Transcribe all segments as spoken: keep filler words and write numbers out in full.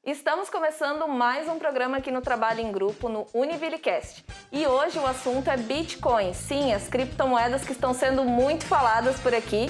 Estamos começando mais um programa aqui no Trabalho em Grupo, no UniVilleCast. E hoje o assunto é Bitcoin. Sim, as criptomoedas que estão sendo muito faladas por aqui.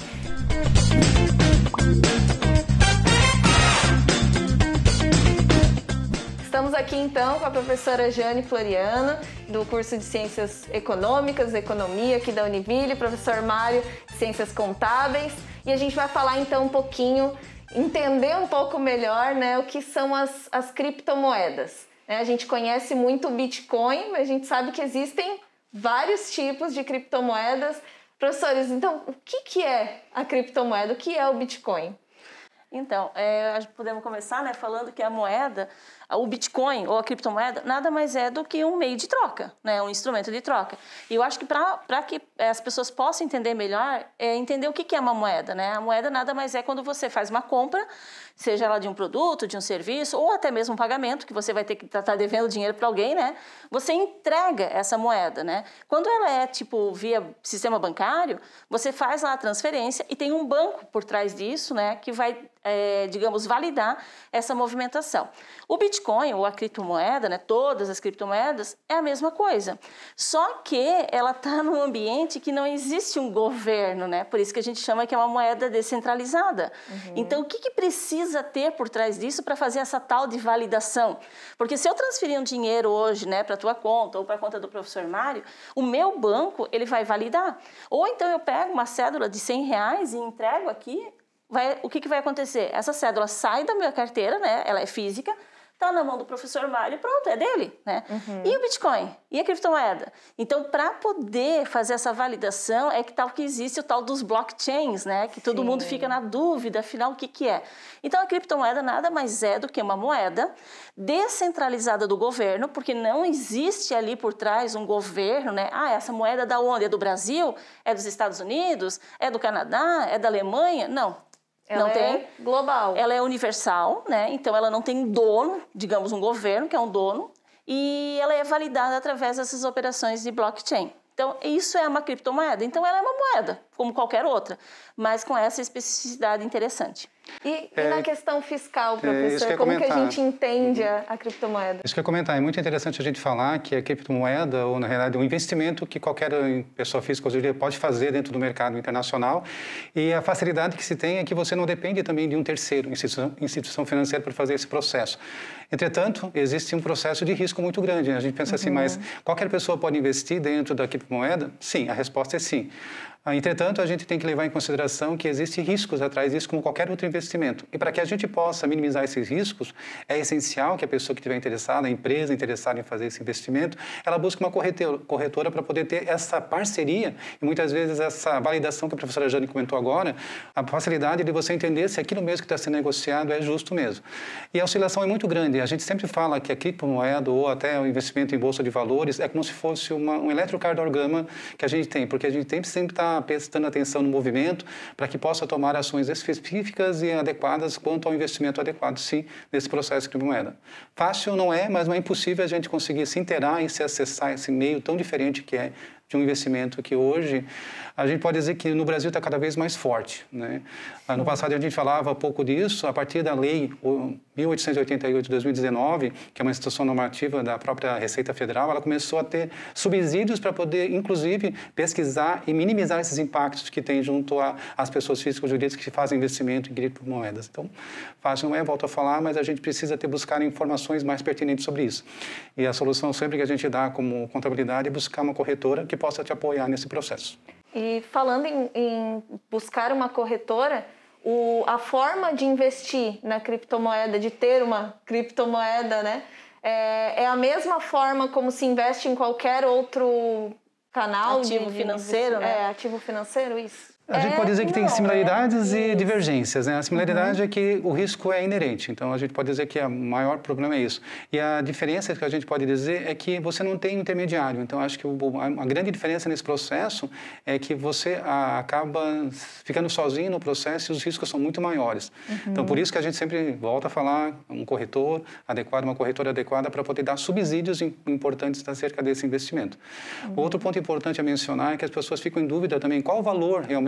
Estamos aqui então com a professora Jane Floriano, do curso de Ciências Econômicas, Economia aqui da Univille, professor Mário, Ciências Contábeis. E a gente vai falar então um pouquinho, entender um pouco melhor, né, o que são as, as criptomoedas. Né? A gente conhece muito o Bitcoin, mas a gente sabe que existem vários tipos de criptomoedas. Professores, então, o que, que é a criptomoeda? O que é o Bitcoin? Então, é, podemos começar, né, falando que a moeda, o Bitcoin ou a criptomoeda, nada mais é do que um meio de troca, né, um instrumento de troca. E eu acho que para que as pessoas possam entender melhor, é entender o que, que é uma moeda. Né? A moeda nada mais é quando você faz uma compra, seja ela de um produto, de um serviço, ou até mesmo um pagamento, que você vai ter que estar devendo dinheiro para alguém, né? Você entrega essa moeda, né? Quando ela é, tipo, via sistema bancário, você faz lá a transferência e tem um banco por trás disso, né? Que vai, é, digamos, validar essa movimentação. O Bitcoin, ou a criptomoeda, né? Todas as criptomoedas, é a mesma coisa. Só que ela está num ambiente que não existe um governo, né? Por isso que a gente chama que é uma moeda descentralizada. Uhum. Então, o que, que precisa precisa ter por trás disso para fazer essa tal de validação. Porque se eu transferir um dinheiro hoje, né, para a tua conta ou para a conta do professor Mário, o meu banco ele vai validar. Ou então eu pego uma cédula de cem reais e entrego aqui, vai, o que, que vai acontecer? Essa cédula sai da minha carteira, né, ela é física, está na mão do professor Mário e pronto, é dele. Né? Uhum. E o Bitcoin? E a criptomoeda? Então, para poder fazer essa validação, é que tal que existe o tal dos blockchains, né? Que todo Sim. mundo fica na dúvida, afinal, o que, que é. Então, a criptomoeda nada mais é do que uma moeda descentralizada do governo, porque não existe ali por trás um governo, né? Ah, essa moeda é da onde? É do Brasil? É dos Estados Unidos? É do Canadá? É da Alemanha? Não. Ela não tem, é global. Ela é universal, né? Então ela não tem dono, digamos um governo que é um dono, e ela é validada através dessas operações de blockchain. Então isso é uma criptomoeda. Então ela é uma moeda, como qualquer outra, mas com essa especificidade interessante. E, é, e na questão fiscal, é, professor, que como comentar. que a gente entende a, a criptomoeda? Isso que eu ia comentar, é muito interessante a gente falar que a criptomoeda, ou na realidade um investimento que qualquer pessoa física hoje em dia pode fazer dentro do mercado internacional, e a facilidade que se tem é que você não depende também de um terceiro, instituição, instituição financeira, para fazer esse processo. Entretanto, existe um processo de risco muito grande. Né? A gente pensa uhum. assim, mas qualquer pessoa pode investir dentro da criptomoeda? Sim, a resposta é sim. Entretanto, a gente tem que levar em consideração que existem riscos atrás disso, como qualquer outro investimento. E para que a gente possa minimizar esses riscos, é essencial que a pessoa que estiver interessada, a empresa interessada em fazer esse investimento, ela busque uma corretora para poder ter essa parceria e muitas vezes essa validação que a professora Jane comentou agora, a facilidade de você entender se aquilo mesmo que está sendo negociado é justo mesmo. E a oscilação é muito grande. A gente sempre fala que a criptomoeda ou até o investimento em bolsa de valores é como se fosse uma, um eletrocardiograma que a gente tem, porque a gente tem, sempre está prestando atenção no movimento para que possa tomar ações específicas e adequadas quanto ao investimento adequado, sim, nesse processo de criptomoeda. Fácil não é, mas não é impossível a gente conseguir se inteirar e se acessar esse meio tão diferente que é de um investimento que hoje a gente pode dizer que no Brasil está cada vez mais forte. Né? No passado a gente falava pouco disso, a partir da lei mil oitocentos e oitenta e oito de dois mil e dezenove, que é uma instituição normativa da própria Receita Federal, ela começou a ter subsídios para poder, inclusive, pesquisar e minimizar esses impactos que tem junto às pessoas físicas e jurídicas que fazem investimento em criptomoedas. Então, fácil não é, volto a falar, mas a gente precisa ter, buscar informações mais pertinentes sobre isso. E a solução sempre que a gente dá como contabilidade é buscar uma corretora que possa te apoiar nesse processo. E falando em, em buscar uma corretora, o, a forma de investir na criptomoeda, de ter uma criptomoeda, né, é, é a mesma forma como se investe em qualquer outro canal ativo de, financeiro, de, né? É, ativo financeiro, isso. A gente é, pode dizer que não, tem similaridades é, e divergências. Né? A similaridade uhum. é que o risco é inerente, então a gente pode dizer que o maior problema é isso. E a diferença que a gente pode dizer é que você não tem intermediário. Então, acho que o, a grande diferença nesse processo é que você a, acaba ficando sozinho no processo e os riscos são muito maiores. Uhum. Então, por isso que a gente sempre volta a falar um corretor adequado, uma corretora adequada para poder dar subsídios importantes acerca desse investimento. Uhum. Outro ponto importante a mencionar é que as pessoas ficam em dúvida também qual o valor realmente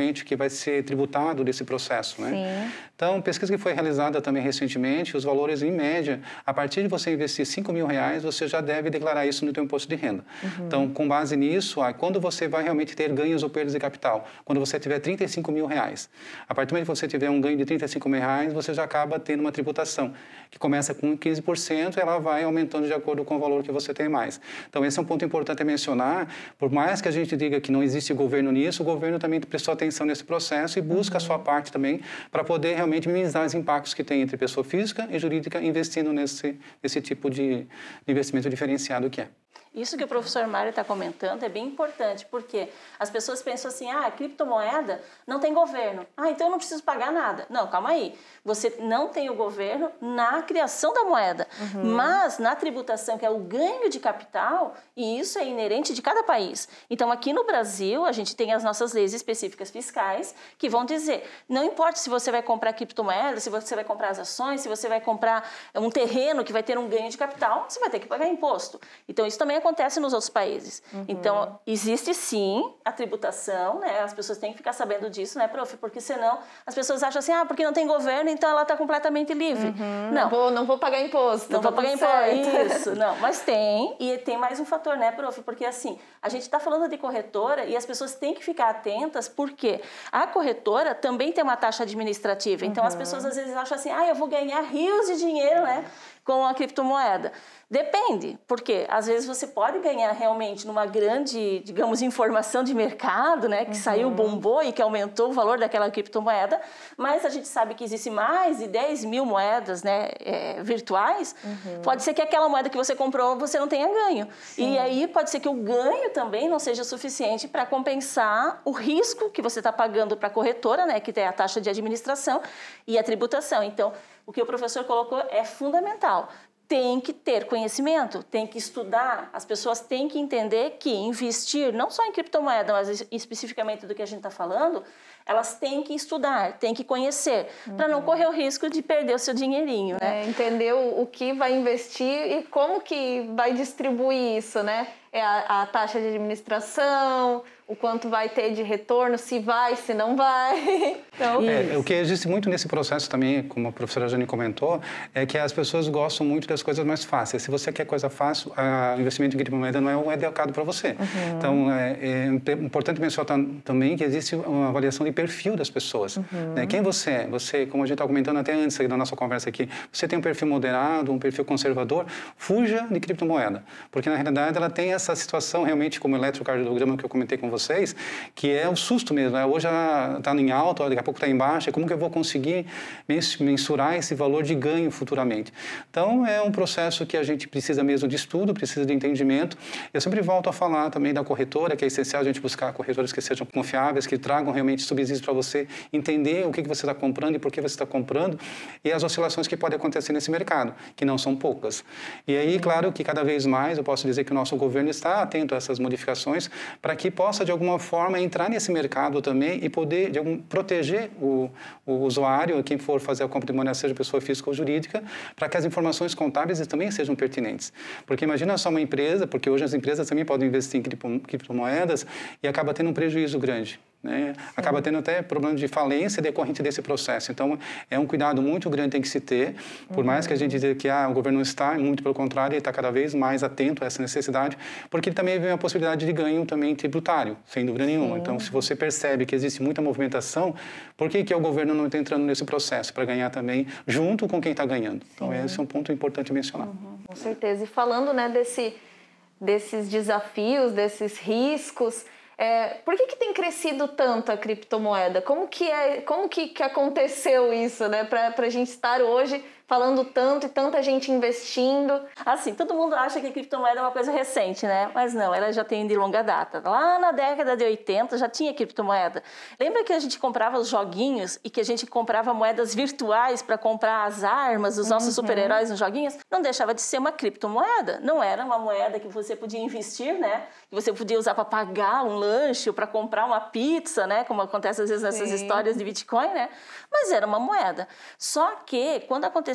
realmente que vai ser tributado desse processo, né? Sim. Então, pesquisa que foi realizada também recentemente, os valores em média, a partir de você investir cinco mil reais, você já deve declarar isso no seu imposto de renda. Uhum. Então, com base nisso, quando você vai realmente ter ganhos ou perdas de capital, quando você tiver trinta e cinco mil reais, a partir do momento que você tiver um ganho de trinta e cinco mil reais, você já acaba tendo uma tributação, que começa com quinze por cento e ela vai aumentando de acordo com o valor que você tem mais. Então, esse é um ponto importante a mencionar. Por mais que a gente diga que não existe governo nisso, o governo também prestou atenção nesse processo e busca uhum. a sua parte também para poder realmente minimizar os impactos que tem entre pessoa física e jurídica investindo nesse, nesse tipo de investimento diferenciado que é. Isso que o professor Mário está comentando é bem importante, porque as pessoas pensam assim, ah, criptomoeda não tem governo, ah, então eu não preciso pagar nada. Não, calma aí, você não tem o governo na criação da moeda, uhum. mas na tributação, que é o ganho de capital, e isso é inerente de cada país. Então, aqui no Brasil, a gente tem as nossas leis específicas fiscais, que vão dizer, não importa se você vai comprar criptomoeda, se você vai comprar as ações, se você vai comprar um terreno que vai ter um ganho de capital, você vai ter que pagar imposto. Então, isso também é acontece nos outros países. Uhum. Então, existe sim a tributação, né? As pessoas têm que ficar sabendo disso, né, prof? Porque senão as pessoas acham assim, ah, porque não tem governo, então ela está completamente livre. Uhum. Não. Não, vou, não vou pagar imposto. Não tá vou pagar certo. imposto. Isso, não. Mas tem, e tem mais um fator, né, prof? Porque assim, a gente está falando de corretora e as pessoas têm que ficar atentas, porque a corretora também tem uma taxa administrativa. Então, uhum. as pessoas às vezes acham assim, ah, eu vou ganhar rios de dinheiro, né, com a criptomoeda. Depende, porque às vezes você pode ganhar realmente numa grande, digamos, informação de mercado, né, que uhum. saiu, bombou e que aumentou o valor daquela criptomoeda, mas a gente sabe que existe mais de dez mil moedas, né, é, virtuais, uhum. pode ser que aquela moeda que você comprou você não tenha ganho. Sim. E aí pode ser que o ganho também não seja suficiente para compensar o risco que você está pagando para a corretora, né, que tem a taxa de administração e a tributação. Então, o que o professor colocou é fundamental. Tem que ter conhecimento, tem que estudar, as pessoas têm que entender que investir, não só em criptomoeda, mas especificamente do que a gente está falando, elas têm que estudar, têm que conhecer, uhum. para não correr o risco de perder o seu dinheirinho, né? É, entender o, o que vai investir e como que vai distribuir isso, né? É a, a taxa de administração, o quanto vai ter de retorno, se vai, se não vai. Então, é, o que existe muito nesse processo também, como a professora Jane comentou, é que as pessoas gostam muito das coisas mais fáceis. Se você quer coisa fácil, o investimento em criptomoeda não é o adequado para você. Uhum. Então, é, é importante mencionar também que existe uma avaliação de perfil das pessoas. Uhum. Né? Quem você é? Você, como a gente estava comentando até antes da nossa conversa aqui, você tem um perfil moderado, um perfil conservador, fuja de criptomoeda. Porque, na realidade, ela tem essa situação realmente como o eletrocardiograma que eu comentei com vocês, que é o susto mesmo. Né? Hoje está em alta, daqui a pouco está em baixa. Como que eu vou conseguir mensurar esse valor de ganho futuramente? Então, é um processo que a gente precisa mesmo de estudo, precisa de entendimento. Eu sempre volto a falar também da corretora, que é essencial a gente buscar corretoras que sejam confiáveis, que tragam realmente subsídios para você entender o que você está comprando e por que você está comprando e as oscilações que podem acontecer nesse mercado, que não são poucas. E aí, claro que cada vez mais eu posso dizer que o nosso governo está atento a essas modificações para que possa, de alguma forma, entrar nesse mercado também e poder de algum, proteger o, o usuário, quem for fazer a compra de moeda, seja pessoa física ou jurídica, para que as informações contábeis também sejam pertinentes. Porque imagina só uma empresa, porque hoje as empresas também podem investir em criptomoedas e acaba tendo um prejuízo grande. Né? Acaba tendo até problema de falência decorrente desse processo. Então, é um cuidado muito grande que tem que se ter, por uhum. mais que a gente diga que ah, o governo não está, muito pelo contrário, ele está cada vez mais atento a essa necessidade, porque ele também vê a possibilidade de ganho também tributário, sem dúvida nenhuma. Sim. Então, se você percebe que existe muita movimentação, por que, que o governo não está entrando nesse processo para ganhar também junto com quem está ganhando? Então, Sim. esse é um ponto importante mencionar. Uhum. Com certeza. E falando, né, desse, desses desafios, desses riscos, É, por que que tem crescido tanto a criptomoeda? Como que, é, como que, que aconteceu isso, né? Para a gente estar hoje falando tanto e tanta gente investindo. Assim, todo mundo acha que a criptomoeda é uma coisa recente, né? Mas não, ela já tem de longa data. Lá na década de oitenta já tinha criptomoeda. Lembra que a gente comprava os joguinhos e que a gente comprava moedas virtuais para comprar as armas, os nossos uhum. super-heróis nos joguinhos? Não deixava de ser uma criptomoeda. Não era uma moeda que você podia investir, né? Que você podia usar para pagar um lanche ou para comprar uma pizza, né? Como acontece às vezes nessas Sim. histórias de Bitcoin, né? Mas era uma moeda. Só que quando aconteceu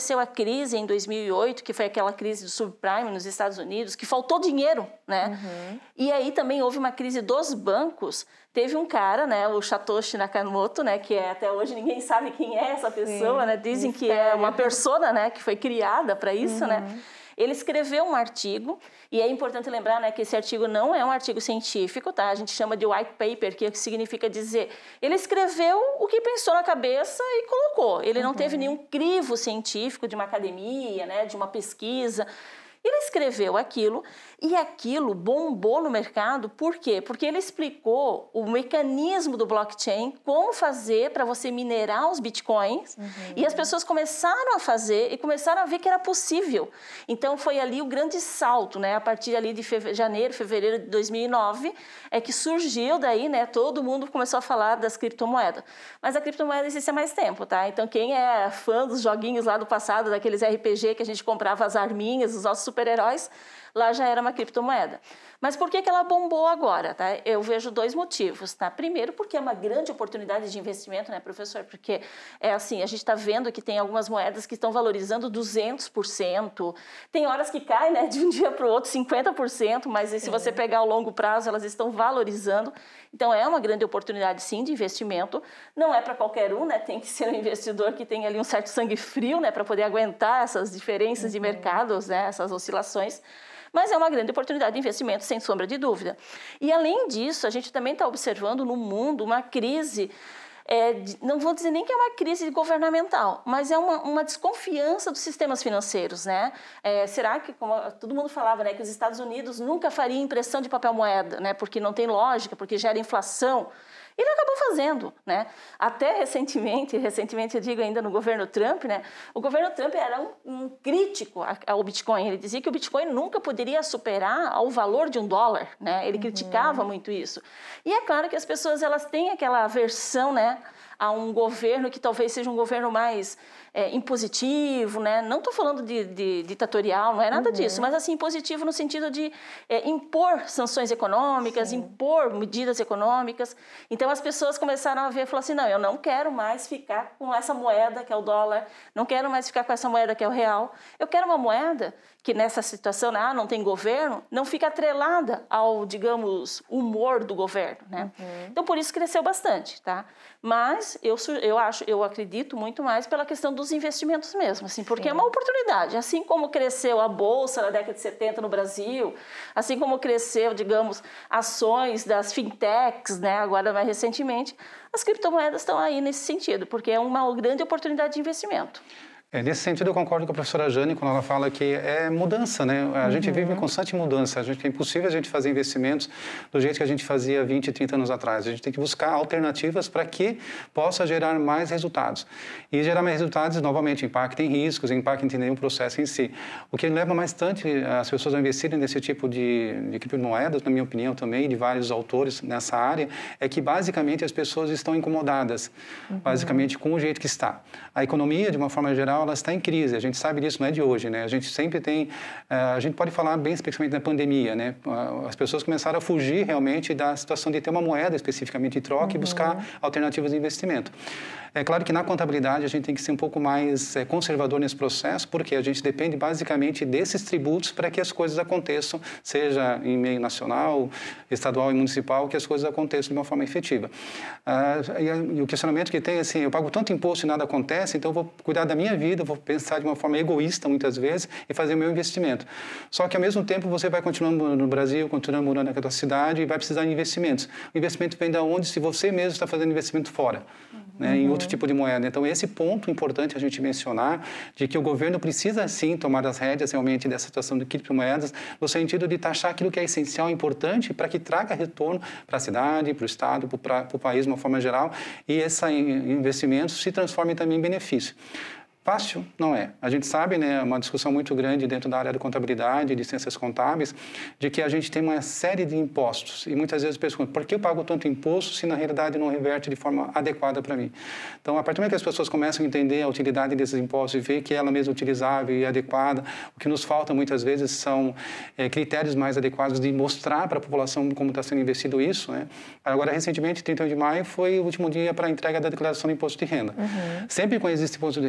aconteceu a crise em dois mil e oito, que foi aquela crise do subprime nos Estados Unidos, que faltou dinheiro, né? Uhum. E aí também houve uma crise dos bancos. Teve um cara, né, o Satoshi Nakamoto, né, que é, até hoje ninguém sabe quem é essa pessoa, Sim, né? Dizem mistério. que é uma persona, né, que foi criada para isso, uhum. né? Ele escreveu um artigo, e é importante lembrar, né, que esse artigo não é um artigo científico, tá? A gente chama de white paper, que significa dizer... Ele escreveu o que pensou na cabeça e colocou. Ele não uhum. teve nenhum crivo científico de uma academia, né, de uma pesquisa... Ele escreveu aquilo e aquilo bombou no mercado. Por quê? Porque ele explicou o mecanismo do blockchain, como fazer para você minerar os bitcoins. Uhum. E as pessoas começaram a fazer e começaram a ver que era possível. Então foi ali o grande salto, né? A partir ali de feve- janeiro, fevereiro de dois mil e nove, é que surgiu daí, né? Todo mundo começou a falar das criptomoedas. Mas a criptomoeda existe há mais tempo, tá? Então quem é fã dos joguinhos lá do passado, daqueles R P G que a gente comprava as arminhas, os nossos super-heróis, lá já era uma criptomoeda. Mas por que que ela bombou agora? Tá? Eu vejo dois motivos. Tá? Primeiro, porque é uma grande oportunidade de investimento, né, professor? Porque é assim, a gente está vendo que tem algumas moedas que estão valorizando duzentos por cento. Tem horas que cai, né, de um dia para o outro cinquenta por cento, mas se você pegar ao longo prazo, elas estão valorizando. Então, é uma grande oportunidade, sim, de investimento. Não é para qualquer um, né? Tem que ser um investidor que tenha ali um certo sangue frio, né, para poder aguentar essas diferenças uhum. de mercados, né, essas oscilações. Mas é uma grande oportunidade de investimento, sem sombra de dúvida. E, além disso, a gente também está observando no mundo uma crise, é, de, não vou dizer nem que é uma crise governamental, mas é uma, uma desconfiança dos sistemas financeiros, né? É, será que, como todo mundo falava, né, que os Estados Unidos nunca fariam impressão de papel moeda, né, porque não tem lógica, porque gera inflação? Ele acabou fazendo, né? Até recentemente, recentemente eu digo ainda no governo Trump, né? O governo Trump era um, um crítico ao Bitcoin. Ele dizia que o Bitcoin nunca poderia superar o valor de um dólar, né? Ele uhum. criticava muito isso. E é claro que as pessoas elas têm aquela aversão, né, a um governo que talvez seja um governo mais é, impositivo, né? Não estou falando de, de ditatorial, não é nada uhum. disso, mas assim, impositivo no sentido de é, impor sanções econômicas, Sim. impor medidas econômicas. Então as pessoas começaram a ver e falaram assim, não, eu não quero mais ficar com essa moeda que é o dólar, não quero mais ficar com essa moeda que é o real, eu quero uma moeda que nessa situação, ah, não tem governo, não fica atrelada ao, digamos, humor do governo, né? Uhum. Então, por isso cresceu bastante, tá? Mas eu, eu, acho, eu acredito muito mais pela questão dos investimentos mesmo, assim, porque Sim. é uma oportunidade. Assim como cresceu a Bolsa na década de setenta no Brasil, assim como cresceu, digamos, ações das fintechs, né, agora mais recentemente, as criptomoedas estão aí nesse sentido, porque é uma grande oportunidade de investimento. É, nesse sentido, eu concordo com a professora Jane quando ela fala que é mudança, né? A uhum. gente vive em constante mudança. A gente, é impossível a gente fazer investimentos do jeito que a gente fazia vinte, trinta anos atrás. A gente tem que buscar alternativas para que possa gerar mais resultados. E gerar mais resultados, novamente, impacta em riscos, impacta em nenhum processo em si. O que leva bastante as pessoas a investirem nesse tipo de, de criptomoedas, na minha opinião também, de vários autores nessa área, é que, basicamente, as pessoas estão incomodadas, uhum. basicamente, com o jeito que está. A economia, de uma forma geral, ela está em crise. A gente sabe disso, não é de hoje, né? A gente sempre tem... A gente pode falar bem especificamente da pandemia, né? As pessoas começaram a fugir realmente da situação de ter uma moeda especificamente de troca uhum. e buscar alternativas de investimento. É claro que na contabilidade a gente tem que ser um pouco mais é, conservador nesse processo, porque a gente depende basicamente desses tributos para que as coisas aconteçam, seja em meio nacional, estadual e municipal, que as coisas aconteçam de uma forma efetiva. Ah, e, e o questionamento que tem é assim, eu pago tanto imposto e nada acontece, então eu vou cuidar da minha vida, eu vou pensar de uma forma egoísta muitas vezes e fazer o meu investimento. Só que ao mesmo tempo você vai continuar morando no Brasil, continuar morando na tua cidade e vai precisar de investimentos. O investimento vem da onde se você mesmo está fazendo investimento fora, uhum. né, em outro tipo de moeda. Então, esse ponto importante a gente mencionar, de que o governo precisa, sim, tomar as rédeas realmente dessa situação de criptomoedas, no sentido de taxar aquilo que é essencial e importante para que traga retorno para a cidade, para o Estado, para o país de uma forma geral, e esse investimento se transforme também em benefício. Fácil? Não é. A gente sabe, né, uma discussão muito grande dentro da área de contabilidade, de ciências contábeis, de que a gente tem uma série de impostos. E muitas vezes perguntam, por que eu pago tanto imposto se na realidade não reverte de forma adequada para mim? Então, a partir do momento que as pessoas começam a entender a utilidade desses impostos e ver que ela mesma é utilizável e adequada, o que nos falta muitas vezes são é, critérios mais adequados de mostrar para a população como está sendo investido isso, né? Agora, recentemente, trinta e um de maio, foi o último dia para a entrega da declaração do imposto de renda. Uhum. Sempre quando existe imposto de renda,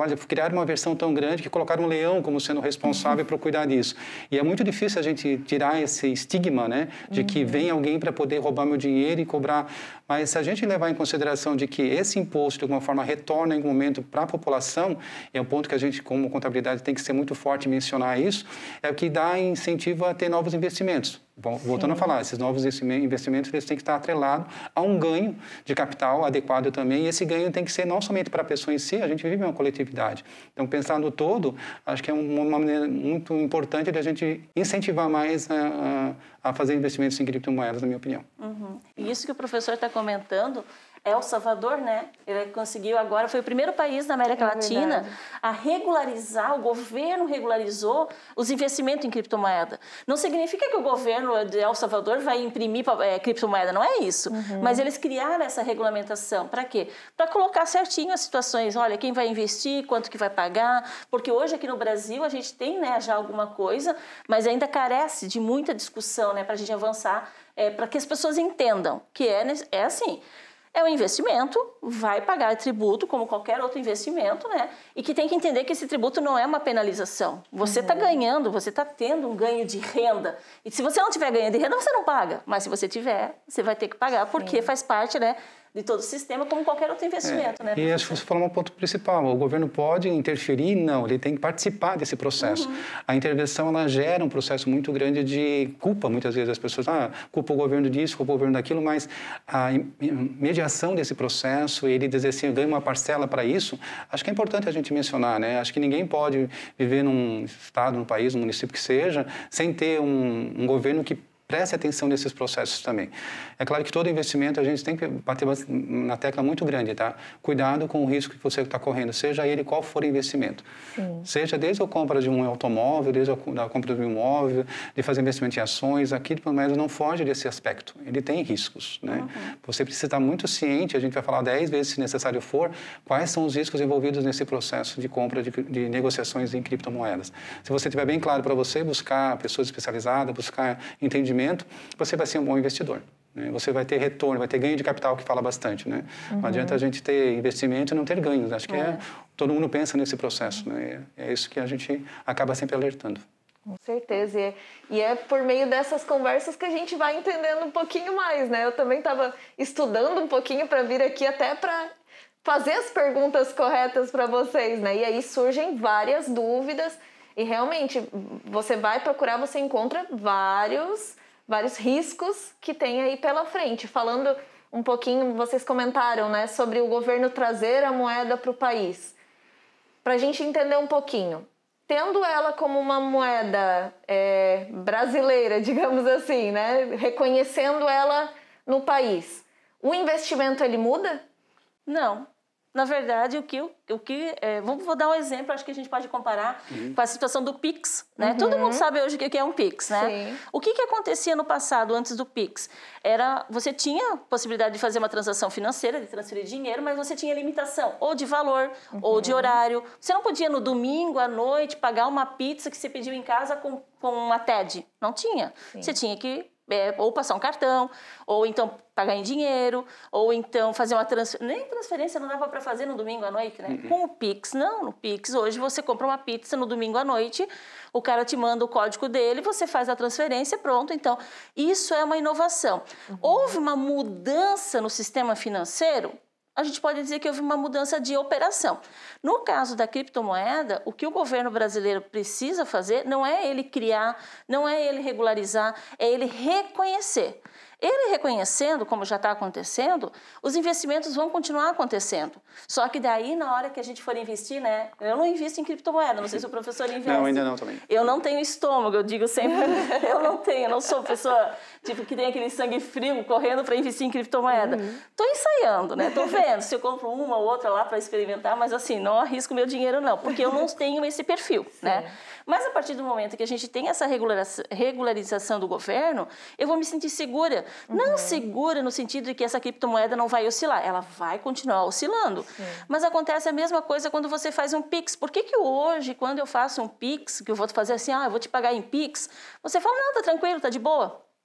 olha, criaram uma versão tão grande que colocaram um leão como sendo responsável por cuidar disso. E é muito difícil a gente tirar esse estigma, né, de que vem alguém para poder roubar meu dinheiro e cobrar. Mas se a gente levar em consideração de que esse imposto, de alguma forma, retorna em algum momento para a população, é um ponto que a gente, como contabilidade, tem que ser muito forte em mencionar isso, é o que dá incentivo a ter novos investimentos. Bom, voltando Sim. a falar, esses novos investimentos eles têm que estar atrelados a um ganho de capital adequado também, e esse ganho tem que ser não somente para a pessoa em si, a gente vive uma coletividade. Então, pensar no todo, acho que é uma maneira muito importante de a gente incentivar mais a, a, a fazer investimentos em criptomoedas, na minha opinião. Uhum. E isso que o professor está comentando, El Salvador, né? Ele conseguiu agora, foi o primeiro país da América é Latina verdade. a regularizar, o governo regularizou os investimentos em criptomoeda. Não significa que o governo de El Salvador vai imprimir é, criptomoeda, não é isso. Uhum. Mas eles criaram essa regulamentação. Para quê? Para colocar certinho as situações. Olha, quem vai investir, quanto que vai pagar. Porque hoje aqui no Brasil a gente tem, né, já alguma coisa, mas ainda carece de muita discussão, né, para a gente avançar, é, para que as pessoas entendam que é, é assim. É um investimento, vai pagar tributo como qualquer outro investimento, né? E que tem que entender que esse tributo não é uma penalização. Você está uhum. ganhando, você está tendo um ganho de renda. E se você não tiver ganho de renda, você não paga. Mas se você tiver, você vai ter que pagar, porque Sim. faz parte, né, de todo o sistema, como qualquer outro investimento. É, né, e acho que você falou um ponto principal. O governo pode interferir? Não, ele tem que participar desse processo. Uhum. A intervenção, ela gera um processo muito grande de culpa, muitas vezes. As pessoas, ah, culpa o governo disso, culpa o governo daquilo, mas a mediação desse processo, ele dizer assim, ganha uma parcela para isso, acho que é importante a gente mencionar, né? Acho que ninguém pode viver num estado, num país, num município que seja, sem ter um, um governo que preste atenção nesses processos também. É claro que todo investimento a gente tem que bater na tecla muito grande, tá? Cuidado com o risco que você está correndo, seja ele qual for o investimento. Sim. Seja desde a compra de um automóvel, desde a compra de um imóvel, de fazer investimento em ações, aqui pelo menos não foge desse aspecto. Ele tem riscos, né? Uhum. Você precisa estar muito ciente, a gente vai falar dez vezes se necessário for, quais são os riscos envolvidos nesse processo de compra de, de negociações em criptomoedas. Se você tiver bem claro para você, buscar pessoas especializadas, buscar entendimento, você vai ser um bom investidor. Né? Você vai ter retorno, vai ter ganho de capital, que fala bastante. Né? Uhum. Não adianta a gente ter investimento e não ter ganhos. Acho que é. É, todo mundo pensa nesse processo. Né? É isso que a gente acaba sempre alertando. Com certeza. E é, e é por meio dessas conversas que a gente vai entendendo um pouquinho mais. Né? Eu também estava estudando um pouquinho para vir aqui até para fazer as perguntas corretas para vocês. Né? E aí surgem várias dúvidas. E realmente, você vai procurar, você encontra vários, vários riscos que tem aí pela frente. Falando um pouquinho, vocês comentaram, né, sobre o governo trazer a moeda para o país. Para a gente entender um pouquinho, tendo ela como uma moeda é, brasileira, digamos assim, né, reconhecendo ela no país, o investimento ele muda? Não. Na verdade, o que, o que é, vou, vou dar um exemplo, acho que a gente pode comparar uhum. com a situação do Pix, né? Uhum. Todo mundo sabe hoje o que é um Pix, né? Sim. O que, que acontecia no passado, antes do Pix? Era, você tinha possibilidade de fazer uma transação financeira, de transferir dinheiro, mas você tinha limitação, ou de valor, uhum. ou de horário. Você não podia, no domingo, à noite, pagar uma pizza que você pediu em casa com, com uma T E D. Não tinha. Sim. Você tinha que... É, ou passar um cartão, ou então pagar em dinheiro, ou então fazer uma transferência. Nem transferência não dava para fazer no domingo à noite, né? Uhum. Com o Pix, não. No Pix, hoje você compra uma pizza no domingo à noite, o cara te manda o código dele, você faz a transferência, pronto. Então, isso é uma inovação. Uhum. Houve uma mudança no sistema financeiro? A gente pode dizer que houve uma mudança de operação. No caso da criptomoeda, o que o governo brasileiro precisa fazer não é ele criar, não é ele regularizar, é ele reconhecer. Ele reconhecendo, como já está acontecendo, os investimentos vão continuar acontecendo. Só que daí, na hora que a gente for investir, né? Eu não invisto em criptomoeda, não sei se o professor investe. Não, ainda não também. Eu não tenho estômago, eu digo sempre, eu não tenho, eu não sou pessoa tipo, que tem aquele sangue frio correndo para investir em criptomoeda. Estou uhum. ensaiando, né? Estou vendo se eu compro uma ou outra lá para experimentar, mas assim, não arrisco meu dinheiro não, porque eu não tenho esse perfil, Sim. né? Mas a partir do momento que a gente tem essa regularização do governo, eu vou me sentir segura. Uhum. Não segura no sentido de que essa criptomoeda não vai oscilar. Ela vai continuar oscilando. Sim. Mas acontece a mesma coisa quando você faz um Pix. Por que que hoje, quando eu faço um Pix, que eu vou fazer assim, ah, eu vou te pagar em Pix, você fala, não, tá tranquilo, tá de boa.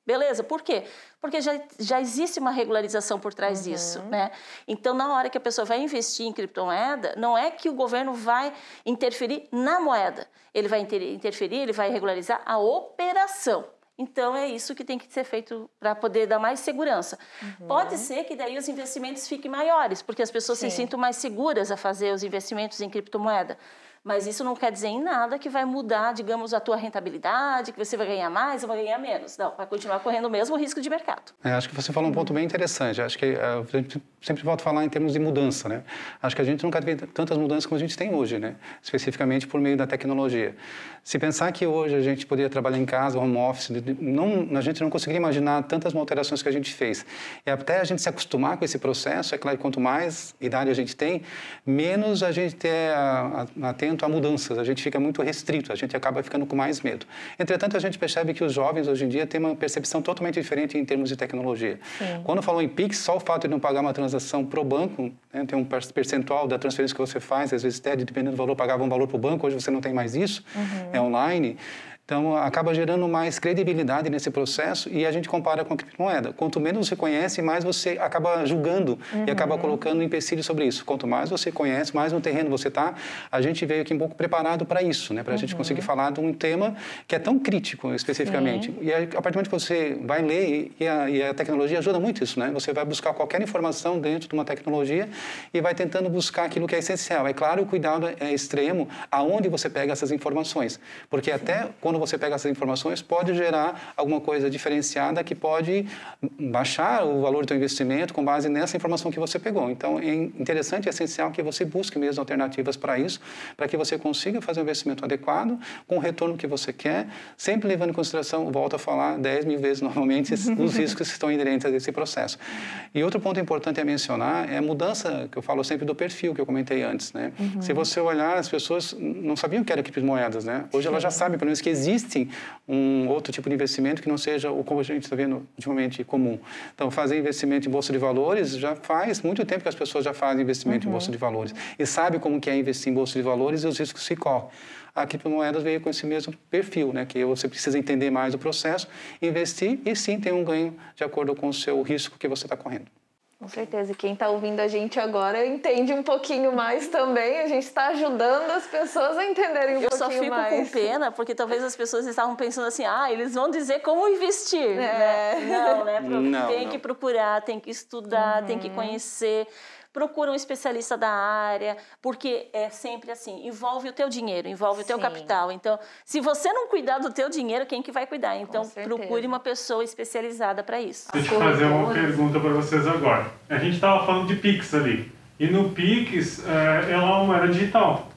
Beleza, por quê? Porque já, já existe uma regularização por trás uhum. disso, né? Então, na hora que a pessoa vai investir em criptomoeda, não é que o governo vai interferir na moeda. Ele vai inter interferir, ele vai regularizar a operação. Então, é isso que tem que ser feito para poder dar mais segurança. Uhum. Pode ser que daí os investimentos fiquem maiores, porque as pessoas Sim. se sintam mais seguras a fazer os investimentos em criptomoeda. Mas isso não quer dizer em nada que vai mudar, digamos, a tua rentabilidade, que você vai ganhar mais ou vai ganhar menos. Não, vai continuar correndo o mesmo risco de mercado. É, acho que você falou um ponto bem interessante. Acho que uh, a gente sempre volta a falar em termos de mudança, né? Acho que a gente nunca teve tantas mudanças como a gente tem hoje, né? Especificamente por meio da tecnologia. Se pensar que hoje a gente poderia trabalhar em casa, home office, não, a gente não conseguiria imaginar tantas alterações que a gente fez. E até a gente se acostumar com esse processo, é claro que quanto mais idade a gente tem, menos a gente é atento a mudanças, a gente fica muito restrito, a gente acaba ficando com mais medo. Entretanto, a gente percebe que os jovens hoje em dia têm uma percepção totalmente diferente em termos de tecnologia. Sim. Quando falou em Pix, só o fato de não pagar uma transação para o banco, né, tem um percentual da transferência que você faz, às vezes até dependendo do valor, pagava um valor para o banco, hoje você não tem mais isso, uhum. é online. Então, acaba gerando mais credibilidade nesse processo e a gente compara com a criptomoeda. Quanto menos você conhece, mais você acaba julgando uhum. e acaba colocando empecilhos sobre isso. Quanto mais você conhece, mais no terreno você está. A gente veio aqui um pouco preparado para isso, né? Para a uhum. gente conseguir falar de um tema que é tão crítico, especificamente. Sim. E a partir do momento que você vai ler, e a, e a tecnologia ajuda muito isso, né? Você vai buscar qualquer informação dentro de uma tecnologia e vai tentando buscar aquilo que é essencial. É claro, o cuidado é extremo aonde você pega essas informações. Porque Sim. até quando você pega essas informações, pode gerar alguma coisa diferenciada que pode baixar o valor do seu investimento com base nessa informação que você pegou. Então, é interessante e essencial que você busque mesmo alternativas para isso, para que você consiga fazer um investimento adequado, com o retorno que você quer, sempre levando em consideração, volto a falar dez mil vezes normalmente, os riscos que estão inerentes a esse processo. E outro ponto importante a mencionar é a mudança, que eu falo sempre, do perfil que eu comentei antes, né? Uhum. Se você olhar, as pessoas não sabiam o que era criptomoedas, né? Hoje Sim. elas já sabem, pelo menos, que existe um outro tipo de investimento que não seja o como a gente está vendo ultimamente comum. Então, fazer investimento em bolsa de valores já faz muito tempo que as pessoas já fazem investimento uhum. em bolsa de valores e sabe como que é investir em bolsa de valores e os riscos que se correm. A criptomoedas veio com esse mesmo perfil, né? Que você precisa entender mais o processo, investir e sim ter um ganho de acordo com o seu risco que você está correndo. Com certeza. E quem está ouvindo a gente agora entende um pouquinho mais também. A gente está ajudando as pessoas a entenderem um Eu pouquinho mais. Eu só fico com pena, porque talvez as pessoas estavam pensando assim, ah, eles vão dizer como investir. É. Né? Não, né? Não, tem não. que procurar, tem que estudar, uhum. tem que conhecer. Procura um especialista da área, porque é sempre assim, envolve o teu dinheiro, envolve Sim. o teu capital. Então, se você não cuidar do teu dinheiro, quem que vai cuidar? Então, procure uma pessoa especializada para isso. Deixa eu fazer uma pergunta para vocês agora. A gente estava falando de Pix ali, e no Pix é, ela é uma moeda digital,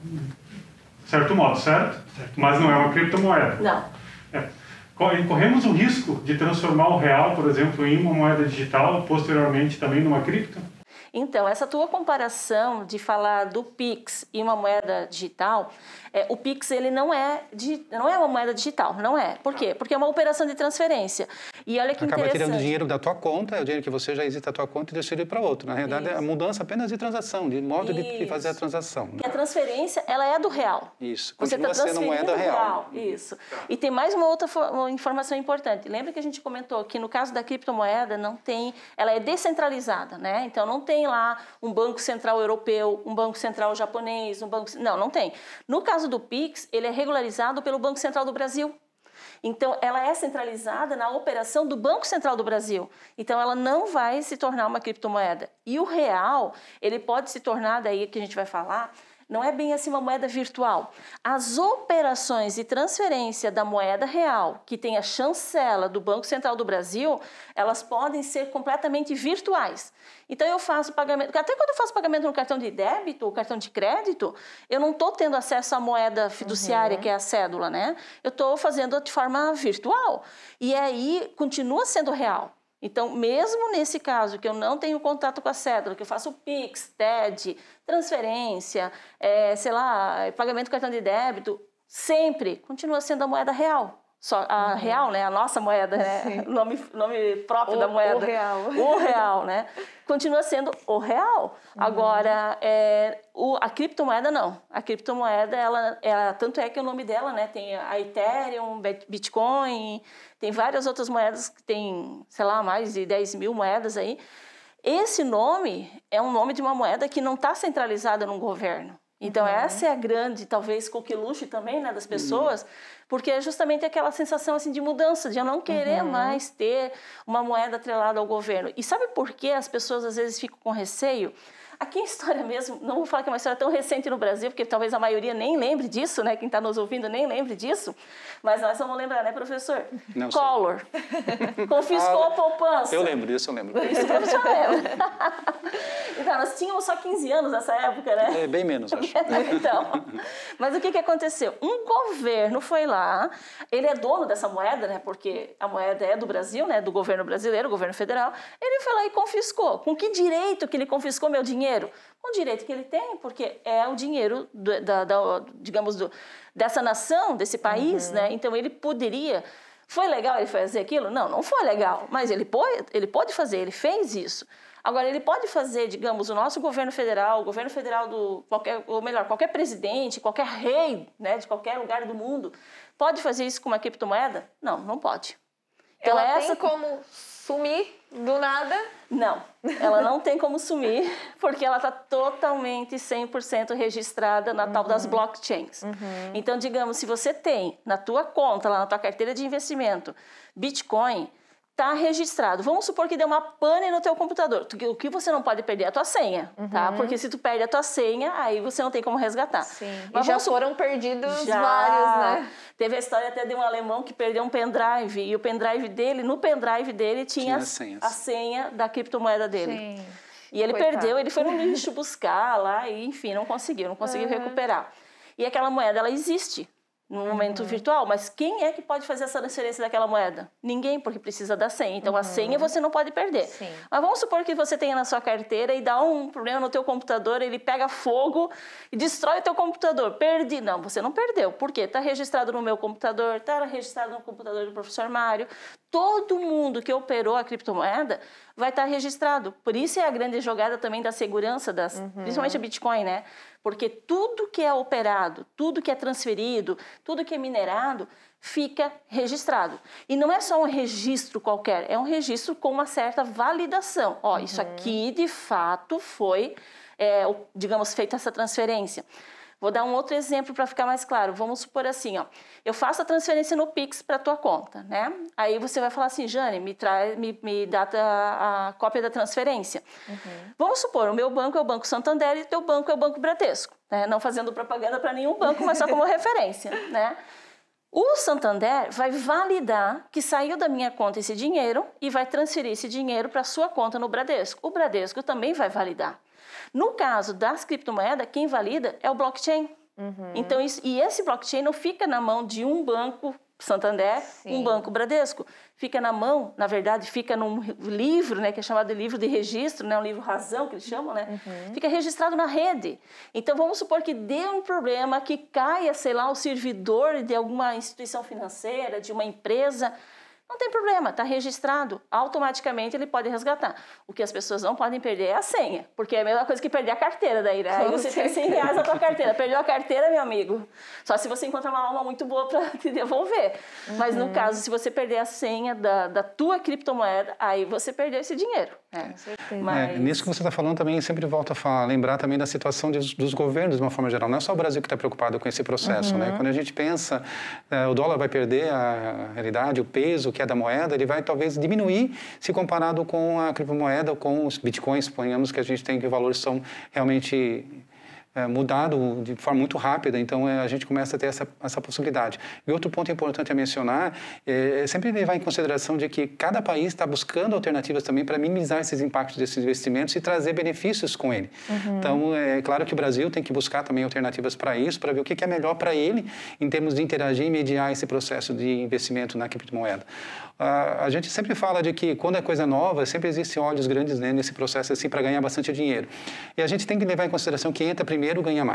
de certo modo, certo? certo? Mas não é uma criptomoeda. Não. É. Corremos o risco de transformar o real, por exemplo, em uma moeda digital, posteriormente também numa cripto? Então, essa tua comparação de falar do Pix e uma moeda digital, é, o Pix ele não é, não é uma moeda digital, não é. Por quê? Porque é uma operação de transferência. E olha que Acaba interessante. tirando dinheiro da tua conta, é o dinheiro que você já existe na tua conta e transfere para outro. Na realidade, Isso. é a mudança apenas de transação, de modo Isso. de fazer a transação. E a transferência, ela é do real. Isso, você continua tá sendo moeda real. real. Isso. E tem mais uma outra uma informação importante. Lembra que a gente comentou que no caso da criptomoeda, não tem, ela é descentralizada, né? Então, não tem lá um banco central europeu, um banco central japonês, um banco... Não, não tem. No caso do Pix, ele é regularizado pelo Banco Central do Brasil. Então, ela é centralizada na operação do Banco Central do Brasil. Então, ela não vai se tornar uma criptomoeda. E o real, ele pode se tornar, daí que a gente vai falar, não é bem assim uma moeda virtual. As operações de transferência da moeda real, que tem a chancela do Banco Central do Brasil, elas podem ser completamente virtuais. Então, eu faço pagamento, até quando eu faço pagamento no cartão de débito ou cartão de crédito, eu não estou tendo acesso à moeda fiduciária, uhum. que é a cédula, né? Eu estou fazendo de forma virtual. E aí, continua sendo real. Então, mesmo nesse caso, que eu não tenho contato com a cédula, que eu faço Pix, T E D, transferência, é, sei lá, pagamento do cartão de débito, sempre continua sendo a moeda real. Só a uhum. real, né? A nossa moeda, né? Nome, nome próprio o, da moeda. O real. O real, né? Continua sendo o real. Uhum. Agora, é, o, a criptomoeda não. A criptomoeda, ela, ela, tanto é que o nome dela, né? Tem a Ethereum, Bitcoin, tem várias outras moedas que tem, sei lá, mais de dez mil moedas aí. Esse nome é um nome de uma moeda que não está centralizada num governo. Então, uhum. essa é a grande, talvez, coqueluche também, né, das pessoas, uhum. porque é justamente aquela sensação, assim, de mudança, de eu não querer uhum. mais ter uma moeda atrelada ao governo. E sabe por que as pessoas, às vezes, ficam com receio? Aqui a história mesmo, não vou falar que é uma história tão recente no Brasil, porque talvez a maioria nem lembre disso, né? Quem está nos ouvindo nem lembre disso, mas nós vamos lembrar, né, professor? Não Collor. Confiscou ah, a poupança. Eu lembro disso, eu lembro. Isso o professor lembra. Então, nós tínhamos só quinze anos nessa época, né? É, bem menos, acho. Então, mas o que, que aconteceu? Um governo foi lá, ele é dono dessa moeda, né? Porque a moeda é do Brasil, né? Do governo brasileiro, governo federal. Ele foi lá e confiscou. Com que direito que ele confiscou meu dinheiro? Com o direito que ele tem, porque é o dinheiro, do, da, da, digamos, do, dessa nação, desse país, uhum. né? Então, ele poderia... Foi legal ele fazer aquilo? Não, não foi legal, mas ele pode, ele pode fazer, ele fez isso. Agora, ele pode fazer, digamos, o nosso governo federal, o governo federal do... Qualquer, ou melhor, qualquer presidente, qualquer rei, né, de qualquer lugar do mundo, pode fazer isso com uma criptomoeda? Não, não pode. Então, ela essa... tem como sumir do nada? Não, ela não tem como sumir, porque ela está totalmente cem por cento registrada na uhum. tal das blockchains. Uhum. Então, digamos, se você tem na tua conta, lá na tua carteira de investimento, Bitcoin, está registrado. Vamos supor que deu uma pane no teu computador. O que você não pode perder é a tua senha, uhum. tá? Porque se tu perde a tua senha, aí você não tem como resgatar. Sim. Mas já foram perdidos já. vários, né? Teve a história até de um alemão que perdeu um pendrive e o pendrive dele, no pendrive dele tinha, tinha a senha da criptomoeda dele. Sim. E ele Coitado. perdeu, ele foi no lixo buscar lá e, enfim, não conseguiu, não conseguiu uhum. recuperar. E aquela moeda, ela existe no momento uhum. virtual, mas quem é que pode fazer essa transferência daquela moeda? Ninguém, porque precisa da senha. Então, uhum. a senha você não pode perder. Sim. Mas vamos supor que você tenha na sua carteira e dá um problema no teu computador, ele pega fogo e destrói o teu computador. Perdi. Não, você não perdeu. Por quê? Está registrado no meu computador, está registrado no computador do professor Mário. Todo mundo que operou a criptomoeda vai estar registrado. Por isso é a grande jogada também da segurança, das, uhum. principalmente a Bitcoin, né? Porque tudo que é operado, tudo que é transferido, tudo que é minerado, fica registrado. E não é só um registro qualquer, é um registro com uma certa validação. Ó, uhum. isso aqui, de fato, foi, é, digamos, feita essa transferência. Vou dar um outro exemplo para ficar mais claro. Vamos supor assim, ó, eu faço a transferência no Pix para a tua conta, né? Aí você vai falar assim, Jane, me, traz, me, me dá a, a cópia da transferência. Uhum. Vamos supor, o meu banco é o Banco Santander e o teu banco é o Banco Bradesco. Né? Não fazendo propaganda para nenhum banco, mas só como referência, né? O Santander vai validar que saiu da minha conta esse dinheiro e vai transferir esse dinheiro para a sua conta no Bradesco. O Bradesco também vai validar. No caso das criptomoedas, quem valida é o blockchain. Uhum. Então, isso, e esse blockchain não fica na mão de um banco Santander, Sim. um banco Bradesco. Fica na mão, na verdade, fica num livro, né, que é chamado de livro de registro, né, um livro razão, que eles chamam, né? Uhum. Fica registrado na rede. Então, vamos supor que dê um problema, que caia, sei lá, o servidor de alguma instituição financeira, de uma empresa. Não tem problema, está registrado, automaticamente ele pode resgatar. O que as pessoas não podem perder é a senha, porque é a mesma coisa que perder a carteira daí, né? Aí você tem cem reais na tua carteira, perdeu a carteira, meu amigo, só se você encontrar uma alma muito boa para te devolver. Uhum. Mas no caso, se você perder a senha da, da tua criptomoeda, aí você perdeu esse dinheiro. Né? Mas... É, nisso que você está falando também, sempre volto a falar, lembrar também da situação dos, dos governos de uma forma geral. Não é só o Brasil que está preocupado com esse processo, uhum. né? Quando a gente pensa, é, o dólar vai perder a realidade, o peso que é da moeda, ele vai talvez diminuir se comparado com a criptomoeda ou com os bitcoins, suponhamos que a gente tem que os valores são realmente é, mudado de forma muito rápida, então é, a gente começa a ter essa, essa possibilidade. E outro ponto importante a mencionar é, é sempre levar em consideração de que cada país está buscando alternativas também para minimizar esses impactos desses investimentos e trazer benefícios com ele. Uhum. Então, é claro que o Brasil tem que buscar também alternativas para isso, para ver o que é melhor para ele em termos de interagir e mediar esse processo de investimento na criptomoeda. A gente sempre fala de que quando é coisa nova, sempre existem olhos grandes, né, nesse processo assim para ganhar bastante dinheiro. E a gente tem que levar em consideração que quem entra primeiro ganha mais.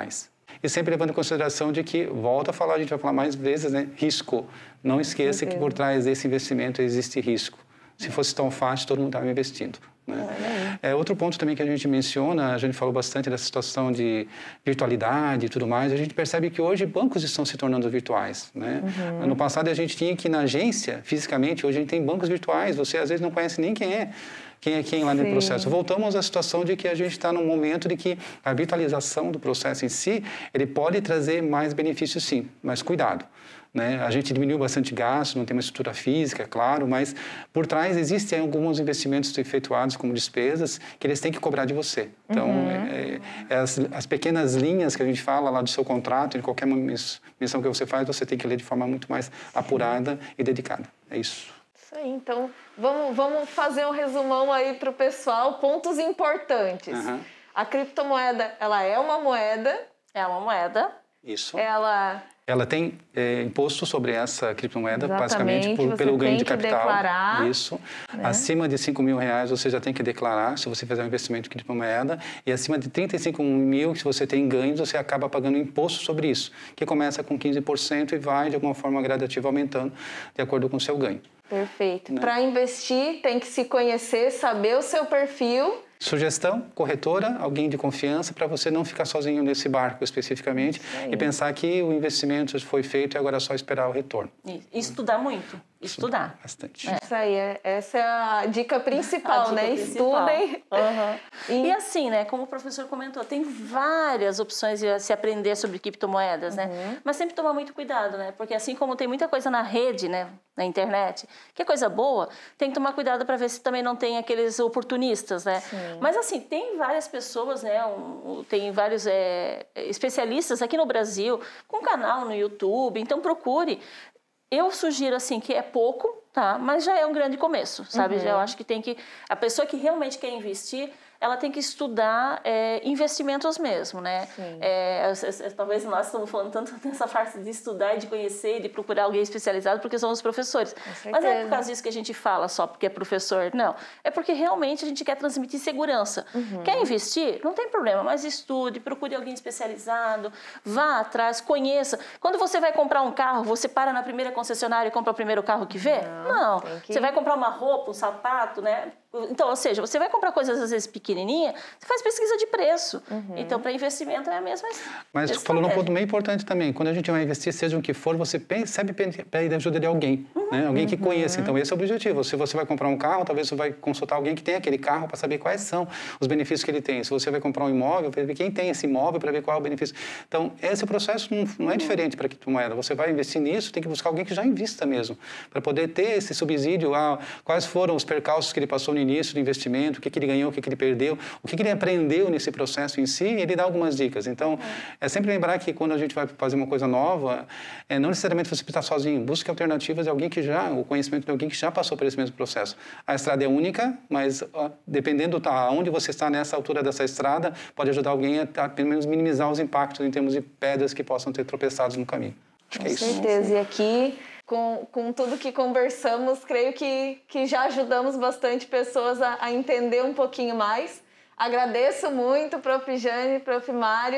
E sempre levando em consideração de que, volta a falar, a gente vai falar mais vezes, né? Risco. Não esqueça que por trás desse investimento existe risco. Se fosse tão fácil, todo mundo estava investindo. Né? É, outro ponto também que a gente menciona, a gente falou bastante dessa situação de virtualidade e tudo mais, a gente percebe que hoje bancos estão se tornando virtuais. Né? Uhum. No passado a gente tinha que ir na agência, fisicamente, hoje a gente tem bancos virtuais, você às vezes não conhece nem quem é. Quem é quem lá no processo. Voltamos à situação de que a gente está num momento de que a virtualização do processo em si, ele pode trazer mais benefícios sim, mas cuidado. Né? A gente diminuiu bastante gasto, não tem uma estrutura física, é claro, mas por trás existem alguns investimentos efetuados como despesas que eles têm que cobrar de você. Então, uhum. é, é as, as pequenas linhas que a gente fala lá do seu contrato, em qualquer missão que você faz, você tem que ler de forma muito mais apurada e dedicada. É isso. Isso aí, então vamos, vamos fazer um resumão aí para o pessoal, pontos importantes. Uhum. A criptomoeda, ela é uma moeda. É uma moeda. Isso. Ela... Ela tem é, imposto sobre essa criptomoeda, basicamente, por, pelo ganho de capital. Declarar, Isso. Né? Acima de cinco mil reais você já tem que declarar se você fizer um investimento em criptomoeda. E acima de trinta e cinco mil, se você tem ganhos, você acaba pagando imposto sobre isso, que começa com quinze por cento e vai, de alguma forma gradativa, aumentando de acordo com o seu ganho. Perfeito. Né? Para investir, tem que se conhecer, saber o seu perfil. Sugestão, corretora, alguém de confiança, para você não ficar sozinho nesse barco especificamente e pensar que o investimento foi feito e agora é só esperar o retorno. E estudar muito, estudar. Bastante. É. Isso aí, essa é a dica principal, a dica né? Principal. Estudem. Uhum. E... e assim, né, como o professor comentou, tem várias opções de se aprender sobre criptomoedas, uhum. né? Mas sempre tomar muito cuidado, né? Porque assim como tem muita coisa na rede, né, na internet, que é coisa boa, tem que tomar cuidado para ver se também não tem aqueles oportunistas, né? Sim. Mas assim, tem várias pessoas, né, um, tem vários é, especialistas aqui no Brasil, com canal no YouTube, então procure. Eu sugiro assim que é pouco, tá? Mas já é um grande começo, sabe? Uhum. Já eu acho que tem que... A pessoa que realmente quer investir, ela tem que estudar é, investimentos mesmo, né? É, é, talvez nós estamos falando tanto nessa parte de estudar e de conhecer e de procurar alguém especializado porque somos professores. Mas não é por causa disso que a gente fala só porque é professor, não. É porque realmente a gente quer transmitir segurança. Uhum. Quer investir? Não tem problema, mas estude, procure alguém especializado, vá atrás, conheça. Quando você vai comprar um carro, você para na primeira concessionária e compra o primeiro carro que vê? Não. não. Que... Você vai comprar uma roupa, um sapato, né? Então, ou seja, você vai comprar coisas às vezes pequenininha, você faz pesquisa de preço. Uhum. Então, para investimento é a mesma. Mas tu falou um ponto meio importante também. Quando a gente vai investir, seja o que for, você sempre pede ajuda de alguém, uhum. né? Alguém que conheça. Então, esse é o objetivo. Se você vai comprar um carro, talvez você vai consultar alguém que tem aquele carro para saber quais são os benefícios que ele tem. Se você vai comprar um imóvel, para ver quem tem esse imóvel, para ver qual é o benefício. Então, esse processo não, não é diferente para a criptomoeda. Você vai investir nisso, tem que buscar alguém que já invista mesmo, para poder ter esse subsídio. Ah, quais foram os percalços que ele passou no início do investimento, o que, que ele ganhou, o que, que ele perdeu, o que, que ele aprendeu nesse processo em si, e ele dá algumas dicas. Então, é, é sempre lembrar que quando a gente vai fazer uma coisa nova, é, não necessariamente você precisa estar sozinho, busque alternativas de alguém que já, o conhecimento de alguém que já passou por esse mesmo processo. A estrada é única, mas ó, dependendo de onde você está nessa altura dessa estrada, pode ajudar alguém a, a pelo menos minimizar os impactos em termos de pedras que possam ter tropeçado no caminho. Acho que é isso. Com certeza. E aqui... Com, com tudo que conversamos, creio que, que já ajudamos bastante pessoas a, a entender um pouquinho mais. Agradeço muito, Prof Jane, Prof Mário.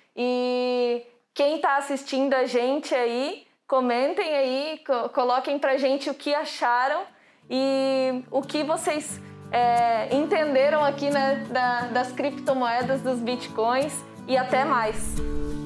E quem está assistindo a gente aí, comentem aí, co coloquem pra gente o que acharam e o que vocês é, entenderam aqui, né, da, das criptomoedas, dos bitcoins. E até mais!